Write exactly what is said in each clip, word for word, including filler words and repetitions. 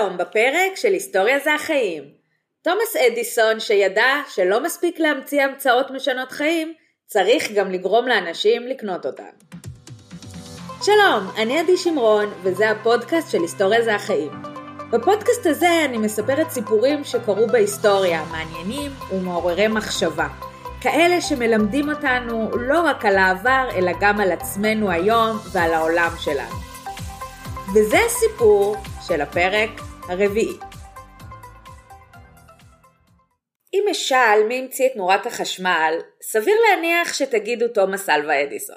היום בפרק של היסטוריה זה החיים. תומאס אדיסון שידע שלא מספיק להמציא המצאות משנות חיים, צריך גם לגרום לאנשים לקנות אותן. שלום, אני עדי שמרון וזה הפודקאסט של היסטוריה זה החיים. בפודקאסט הזה אני מספרת סיפורים שקרו בהיסטוריה, מעניינים ומעוררי מחשבה. כאלה שמלמדים אותנו לא רק על העבר אלא גם על עצמנו היום ועל העולם שלנו. וזה הסיפור של הפרק הרביעי. אם אשאל מי המציא את נורת החשמל, סביר להניח שתגידו תומאס אלווה אדיסון.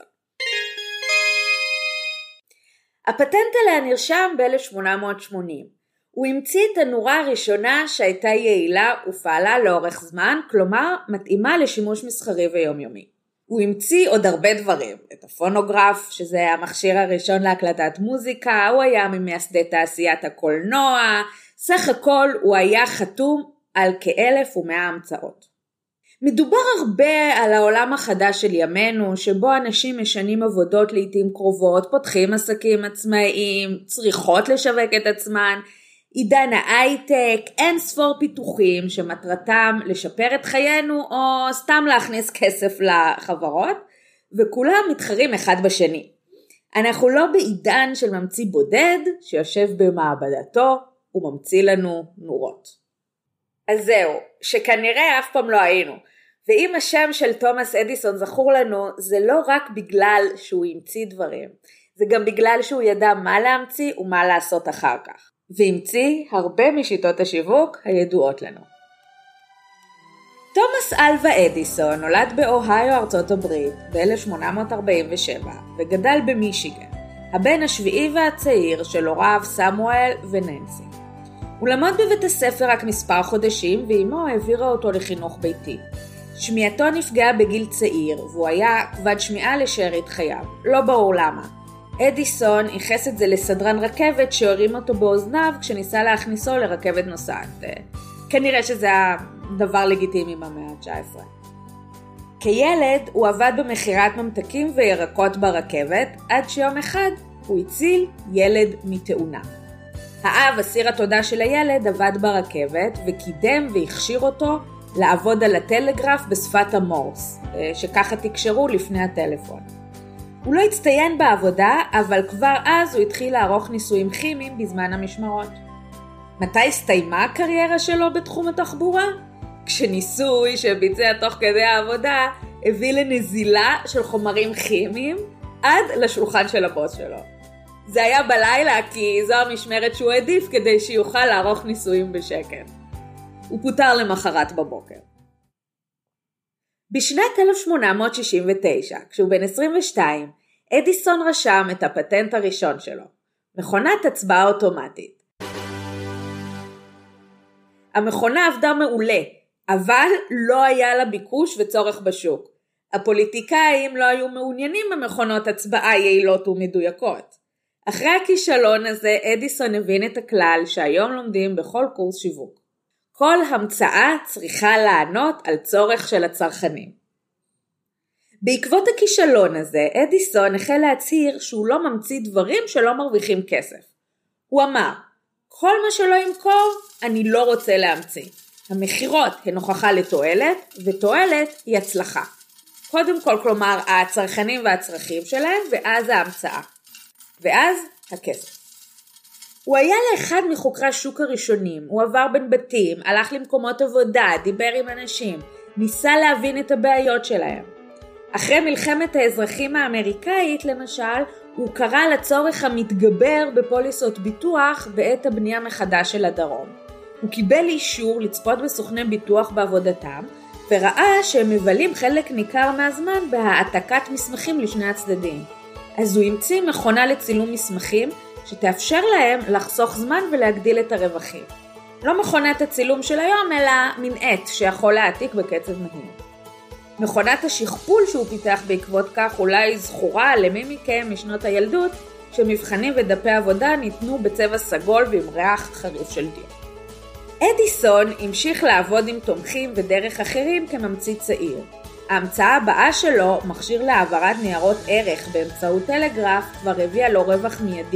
הפטנט עליה נרשם ב-אלף שמונה מאות שמונים. הוא המציא את הנורה הראשונה שהייתה יעילה ופעלה לאורך זמן, כלומר מתאימה לשימוש מסחרי ויומיומי. הוא המציא עוד הרבה דברים, את הפונוגרף, שזה המכשיר הראשון להקלטת מוזיקה, הוא היה ממייסדי תעשיית הקולנוע, סך הכל הוא היה חתום על כאלף ומאה המצאות. מדובר הרבה על העולם החדש של ימינו, שבו אנשים משנים עבודות לעתים קרובות, פותחים עסקים עצמאיים, צריכות לשווק את עצמן, עידן ההייטק, אין ספור פיתוחים שמטרתם לשפר את חיינו או סתם להכניס כסף לחברות, וכולם מתחרים אחד בשני. אנחנו לא בעידן של ממציא בודד שיושב במעבדתו וממציא לנו נורות. אז זהו, שכנראה אף פעם לא היינו. ואם השם של תומאס אדיסון זכור לנו, זה לא רק בגלל שהוא המציא דברים, זה גם בגלל שהוא ידע מה להמציא ומה לעשות אחר כך. והמציא הרבה משיטות השיווק הידועות לנו. תומאס אלווה אדיסון נולד באוהיו, ארצות הברית, ב-אלף שמונה מאות ארבעים ושבע, וגדל במישיגן, הבן השביעי והצעיר של הוריו סמואל וננסי. הוא למד בבית הספר רק מספר חודשים, ואימו העבירה אותו לחינוך ביתי. שמיעתו נפגעה בגיל צעיר, והוא היה כבד שמיעה לשארית חייו. לא ברור למה. אדיסון ייחס את זה לסדרן רכבת שהרים אותו באוזניו כשניסה להכניסו לרכבת נוסעת. כנראה שזה היה דבר לגיטימי במאה ה-תשע עשרה. כילד הוא עבד במכירת ממתקים וירקות ברכבת, עד שיום אחד הוא הציל ילד מתאונה. האב, אסיר התודה של הילד, עבד ברכבת וקידם והכשיר אותו לעבוד על הטלגרף בשפת המורס, שככה תקשרו לפני הטלפון. הוא לא הצטיין בעבודה, אבל כבר אז הוא התחיל לערוך ניסויים כימיים בזמן המשמרות. מתי הסתיימה הקריירה שלו בתחום התחבורה? כשניסוי שביצע תוך כדי העבודה הביא לנזילה של חומרים כימיים עד לשולחן של הבוס שלו. זה היה בלילה כי זו המשמרת שהוא העדיף כדי שיוכל לערוך ניסויים בשקט. הוא פוטר למחרת בבוקר. בשנת אלף שמונה מאות שישים ותשע, כשהוא בן עשרים ושתיים, אדיסון רשם את הפטנט הראשון שלו, מכונת הצבעה אוטומטית. המכונה עבדה מעולה, אבל לא היה לה ביקוש וצורך בשוק. הפוליטיקאים לא היו מעוניינים במכונות הצבעה יעילות ומדויקות. אחרי הכישלון הזה, אדיסון הבין את הכלל שהיום לומדים בכל קורס שיווק. כל המצאה צריכה לענות על צורך של הצרכנים. בעקבות הכישלון הזה, אדיסון החל להצהיר שהוא לא ממציא דברים שלא מרוויחים כסף. הוא אמר, כל מה שלא ימכור, אני לא רוצה להמציא. המחירות הן הוכחה לתועלת, ותועלת היא הצלחה. קודם כל, כלומר, הצרכנים והצרכים שלהם, ואז ההמצאה. ואז הכסף. הוא היה לאחד מחוקרי השוק הראשונים, הוא עבר בין בתים, הלך למקומות עבודה, דיבר עם אנשים, ניסה להבין את הבעיות שלהם. אחרי מלחמת האזרחים האמריקאית למשל, הוא קרא לצורך המתגבר בפוליסות ביטוח בעת הבנייה מחדש של הדרום. הוא קיבל אישור לצפות בסוכני ביטוח בעבודתם, וראה שהם מבלים חלק ניכר מהזמן בהעתקת מסמכים לשני הצדדים. אז הוא המציא מכונה לצילום מסמכים, שתאפשר להם לחסוך זמן ולהגדיל את הרווחים. לא מכונת הצילום של היום, אלא מנעט שיכול להעתיק בקצב מהיר. מכונת השכפול שהוא פיתח בעקבות כך אולי זכורה למי מכם משנות הילדות, שמבחנים ודפי עבודה ניתנו בצבע סגול ועם ריח חריף של דיר. אדיסון המשיך לעבוד עם תומכים ודרך אחרים כממציא צעיר. ההמצאה הבאה שלו, מכשיר להעברת ניירות ערך באמצעות טלגרף, כבר הביאה לו רווח מיידי,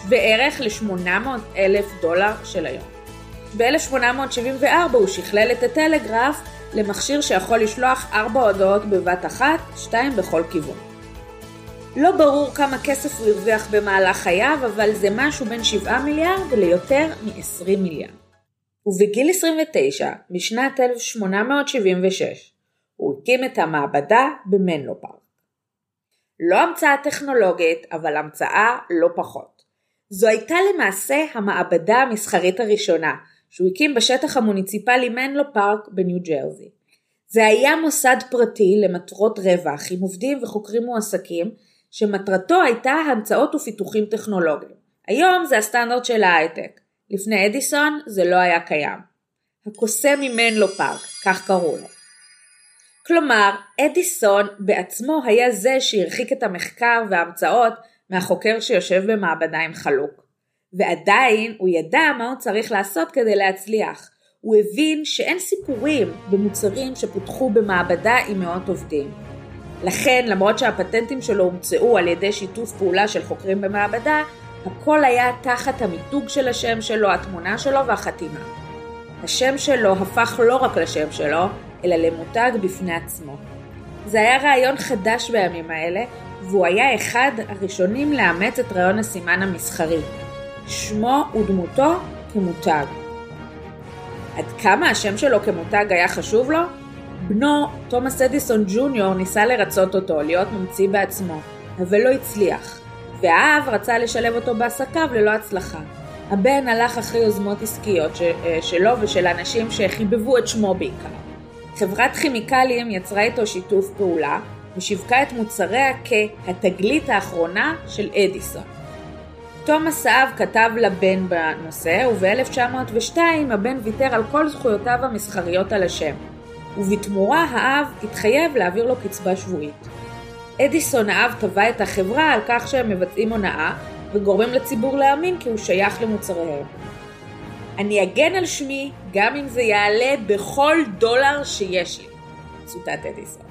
שווה ערך ל-שמונה מאות אלף דולר של היום. ב-אלף שמונה מאות שבעים וארבע הוא שכלל את הטלגרף למכשיר שיכול לשלוח ארבע הודעות בבת אחת, שתיים בכל כיוון. לא ברור כמה כסף הוא הרוויח במהלך חייו, אבל זה משהו בין שבעה מיליארד ליותר מ-עשרים מיליארד. ובגיל עשרים ותשע, בשנת אלף שמונה מאות שבעים ושש, הוא הקים את המעבדה במנלו פארק. לא המצאה טכנולוגית, אבל המצאה לא פחות. זו הייתה למעשה המעבדה המסחרית הראשונה, שהוא הקים בשטח המוניציפלי מנלו פארק בניו ג'רזי. זה היה מוסד פרטי למטרות רווח, עם עובדים וחוקרים מועסקים, שמטרתו הייתה המצאות ופיתוחים טכנולוגיים. היום זה הסטנדרט של ההייטק. לפני אדיסון זה לא היה קיים. הקוסם ממנלו פארק, כך קראו לו. כלומר, אדיסון בעצמו היה זה שהרחיק את המחקר וההמצאות מהחוקר שיושב במעבדה עם חלוק. ועדיין הוא ידע מה הוא צריך לעשות כדי להצליח. הוא הבין שאין סיפורים במוצרים שפותחו במעבדה עם מאות עובדים. לכן, למרות שהפטנטים שלו הומצאו על ידי שיתוף פעולה של חוקרים במעבדה, הכל היה תחת המיתוג של השם שלו, התמונה שלו והחתימה. השם שלו הפך לא רק לשם שלו, אלא למותג בפני עצמו. זה היה רעיון חדש בימים האלה, והוא היה אחד הראשונים לאמץ את רעיון הסימן המסחרי. שמו ודמותו כמותג. עד כמה השם שלו כמותג היה חשוב לו? בנו, תומאס אדיסון ג'וניור, ניסה לרצות אותו, להיות ממציא בעצמו, אבל לא הצליח. והאב רצה לשלב אותו בעסקיו ללא הצלחה. הבן הלך אחרי יוזמות עסקיות שלו ושל אנשים שחיבבו את שמו בעיקר. חברת כימיקלים יצרה איתו שיתוף פעולה, ושיווקה את מוצריה כהתגלית האחרונה של אדיסון. תומאס האב כתב לבן בנושא, וב-אלף תשע מאות ושתיים הבן ויתר על כל זכויותיו המסחריות על השם, ובתמורה האב התחייב להעביר לו קצבה שבועית. אדיסון האב תבע את החברה על כך שהם מבצעים הונאה, וגורמים לציבור להאמין כי הוא שייך למוצריהם. אני אגן על שמי גם אם זה יעלה בכל דולר שיש לי, צוטט אדיסון.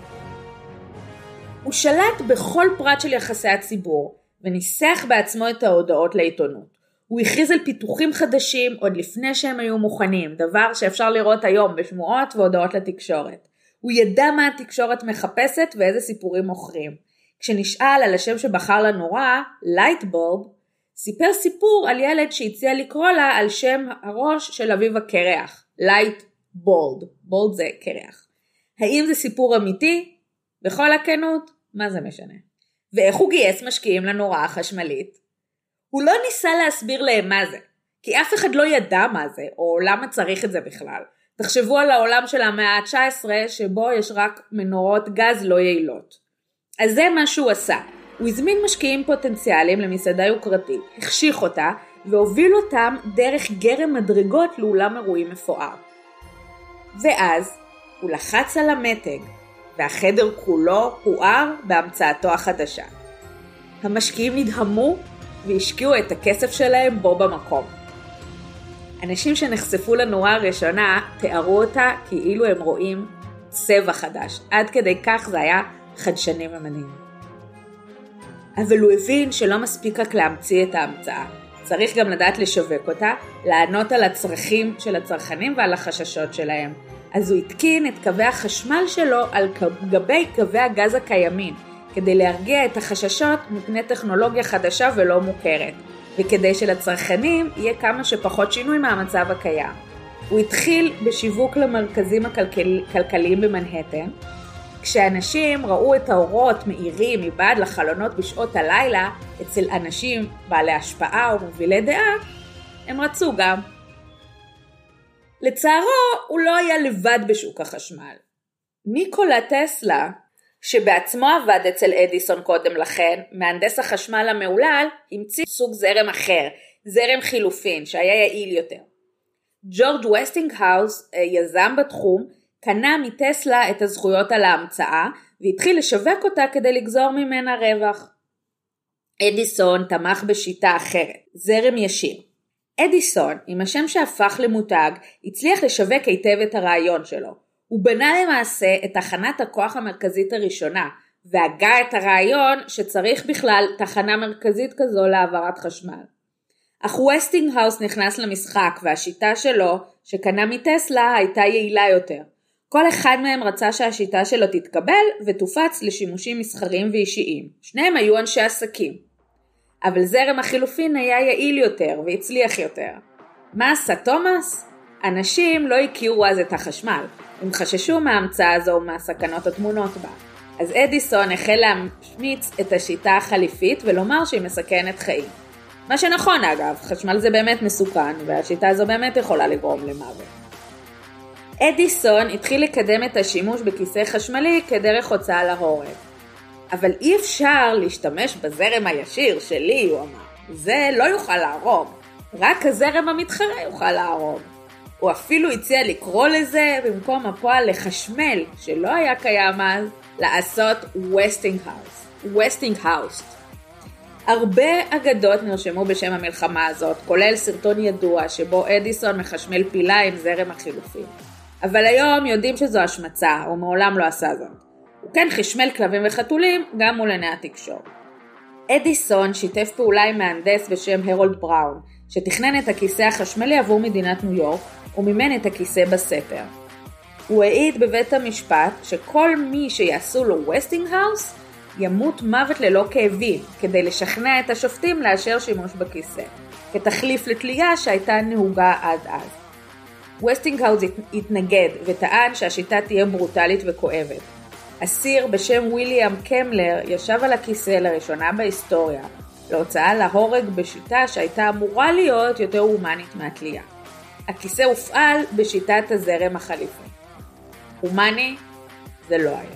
הוא שלט בכל פרט של יחסי הציבור, וניסח בעצמו את ההודעות לעיתונות. הוא הכריז על פיתוחים חדשים עוד לפני שהם היו מוכנים, דבר שאפשר לראות היום בשמועות והודעות לתקשורת. הוא ידע מה התקשורת מחפשת ואיזה סיפורים מוכרים. כשנשאל על השם שבחר לנורה, לייטבולב, סיפר סיפור על ילד שהציע לקרוא לה על שם הראש של אביו הקרח, לייט בולד. בולד זה קרח. האם זה סיפור אמיתי? בכל הכנות, מה זה משנה? ואיך הוא גייס משקיעים לנורה החשמלית? הוא לא ניסה להסביר להם מה זה, כי אף אחד לא ידע מה זה, או למה צריך את זה בכלל. תחשבו על העולם של המאה ה-תשע עשרה, שבו יש רק מנורות גז לא יעילות. אז זה מה שהוא עשה. הוא הזמין משקיעים פוטנציאליים למסעדה יוקרתית, החשיך אותה, והוביל אותם דרך גרם מדרגות לאולם אירועים מפואר. ואז הוא לחץ על המתג, והחדר כולו הואר בהמצאתו החדשה. המשקיעים נדהמו והשקיעו את הכסף שלהם בו במקום. אנשים שנחשפו לנורה הראשונה תיארו אותה כאילו הם רואים צבע חדש. עד כדי כך זה היה חדשני ומדהים. אבל הוא הבין שלא מספיק רק להמציא את ההמצאה. צריך גם לדעת לשווק אותה, לענות על הצרכים של הצרכנים ועל החששות שלהם. אז הוא התקין את קווי החשמל שלו על גבי קווי הגז הקיימים, כדי להרגיע את החששות מפני טכנולוגיה חדשה ולא מוכרת, וכדי שלצרכנים יהיה כמה שפחות שינוי מהמצב הקיים. הוא התחיל בשיווק למרכזים הכלכליים במנהטן, כשאנשים ראו את האורות מאירים מבעד לחלונות בשעות הלילה, אצל אנשים בעלי השפעה ומובילי דעה, הם רצו גם. לצערו, הוא לא היה לבד בשוק החשמל. ניקולה טסלה, שבעצמו עבד אצל אדיסון קודם לכן, מהנדס החשמל המעולל, המציא סוג זרם אחר, זרם חילופין, שהיה יעיל יותר. ג'ורג' וסטינגהאוס, יזם בתחום, קנה מטסלה את הזכויות על ההמצאה, והתחיל לשווק אותה כדי לגזור ממנה רווח. אדיסון תמך בשיטה אחרת, זרם ישיר. אדיסון, עם השם שהפך למותג, הצליח לשווק היטב את הרעיון שלו. הוא בנה למעשה את תחנת הכוח המרכזית הראשונה, והגה את הרעיון שצריך בכלל תחנה מרכזית כזו להעברת חשמל. אך ווסטינגהאוס נכנס למשחק והשיטה שלו שקנה מטסלה הייתה יעילה יותר. כל אחד מהם רצה שהשיטה שלו תתקבל ותופץ לשימושים מסחריים ואישיים. שניהם היו אנשי עסקים. אבל זרם החילופין היה יעיל יותר והצליח יותר. מה עשה תומאס? אנשים לא הכירו אז את החשמל. הם חששו מההמצאה הזו ומהסכנות התמונות בה. אז אדיסון החל להשמיץ את השיטה החליפית ולומר שהיא מסכנת חיים. מה שנכון אגב, חשמל זה באמת מסוכן והשיטה הזו באמת יכולה לגרום למוות. אדיסון התחיל לקדם את השימוש בכיסא חשמלי כדרך הוצאה להורג. אבל אי אפשר להשתמש בזרם הישיר שלי, הוא אמר. זה לא יוכל להרוג, רק הזרם המתחרה יוכל להרוג. הוא אפילו הציע לקרוא לזה במקום הפועל לחשמל, שלא היה קיים אז, לעשות ווסטינגהאוס. ווסטינגהאוס. הרבה אגדות נרשמו בשם המלחמה הזאת, כולל סרטון ידוע שבו אדיסון מחשמל פילה עם זרם החילופין. אבל היום יודעים שזו השמצה, הוא מעולם לא עשה זאת. הוא כן חשמל כלבים וחתולים גם מול עיני התקשורת. אדיסון שיתף פעולה עם מהנדס בשם הרולד בראון, שתכנן את הכיסא החשמלי עבור מדינת ניו יורק, ומימן את הכיסא בספר. הוא העיד בבית המשפט שכל מי שיעשו לו ווסטינגהאוס, ימות מוות ללא כאבים, כדי לשכנע את השופטים לאשר שימוש בכיסא, כתחליף לתלייה שהייתה נהוגה עד אז. ווסטינגהאוס התנגד וטען שהשיטה תהיה ברוטלית וכואבת. אסיר בשם וויליאם קמלר ישב על הכיסא לראשונה בהיסטוריה, להוצאה להורג בשיטה שהייתה אמורה להיות יותר הומנית מהתלייה. הכיסא הופעל בשיטת הזרם החליפי. הומני זה לא היה.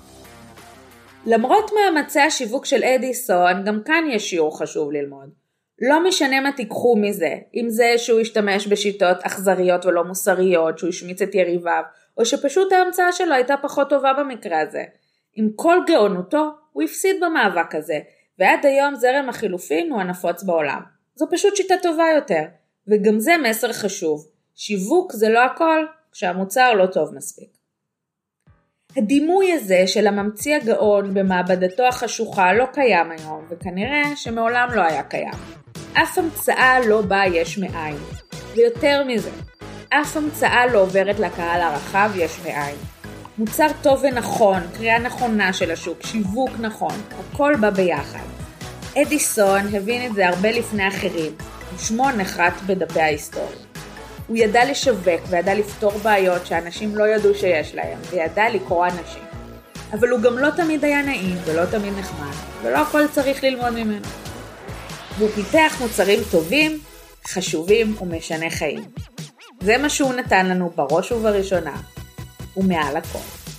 למרות מאמצי השיווק של אדיסון, גם כאן יש שיעור חשוב ללמוד. לא משנה מה תיקחו מזה, אם זה שהוא השתמש בשיטות אכזריות ולא מוסריות, שהוא השמיץ את יריביו, או שפשוט ההמצאה שלו הייתה פחות טובה במקרה הזה. עם כל גאונותו, הוא הפסיד במאבק הזה, ועד היום זרם החילופין הוא הנפוץ בעולם. זו פשוט שיטה טובה יותר, וגם זה מסר חשוב. שיווק זה לא הכל, כשהמוצר לא טוב מספיק. הדימוי הזה של הממציא הגאון במעבדתו החשוכה לא קיים היום, וכנראה שמעולם לא היה קיים. אף המצאה לא באה יש מאין. ויותר מזה, אף המצאה לא עוברת לקהל הרחב יש מאין. מוצר טוב ונכון, קריאה נכונה של השוק, שיווק נכון, הכל בא ביחד. אדיסון הבין את זה הרבה לפני אחרים, ושמו נחרט בדפי ההיסטוריה. הוא ידע לשווק וידע לפתור בעיות שאנשים לא ידעו שיש להם, וידע לקרוא אנשים. אבל הוא גם לא תמיד היה נעים ולא תמיד נחמד, ולא הכל צריך ללמוד ממנו. והוא פיתח מוצרים טובים, חשובים ומשנה חיים. זה מה שהוא נתן לנו בראש ובראשונה, ומעל הכל.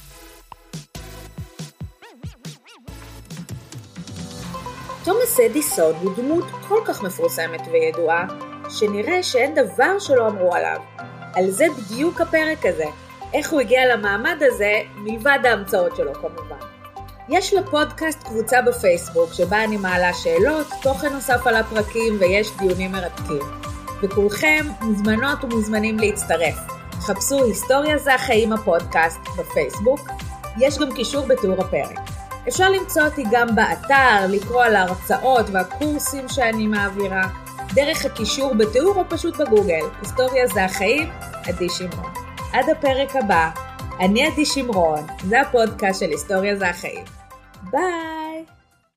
תומאס אדיסון הוא דמות כל כך מפורסמת וידועה, שנראה שאין דבר שלא אמרו עליו. על זה בדיוק הפרק הזה, איך הוא הגיע למעמד הזה, מלבד ההמצאות שלו כמובן. יש לפודקאסט קבוצה בפייסבוק, שבה אני מעלה שאלות, תוכן נוסף על הפרקים ויש דיונים מרתקים. וכולכם מוזמנות ומוזמנים להצטרף. חפשו היסטוריה זה החיים הפודקאסט בפייסבוק, יש גם קישור בתיאור הפרק. אפשר למצוא אותי גם באתר, לקרוא על ההרצאות והקורסים שאני מעבירה, דרך הקישור בתיאור או פשוט בגוגל. היסטוריה זה החיים, עדי שמרון. עד הפרק הבא, אני עדי שמרון, זה הפודקאסט של היסטוריה זה החיים. ביי!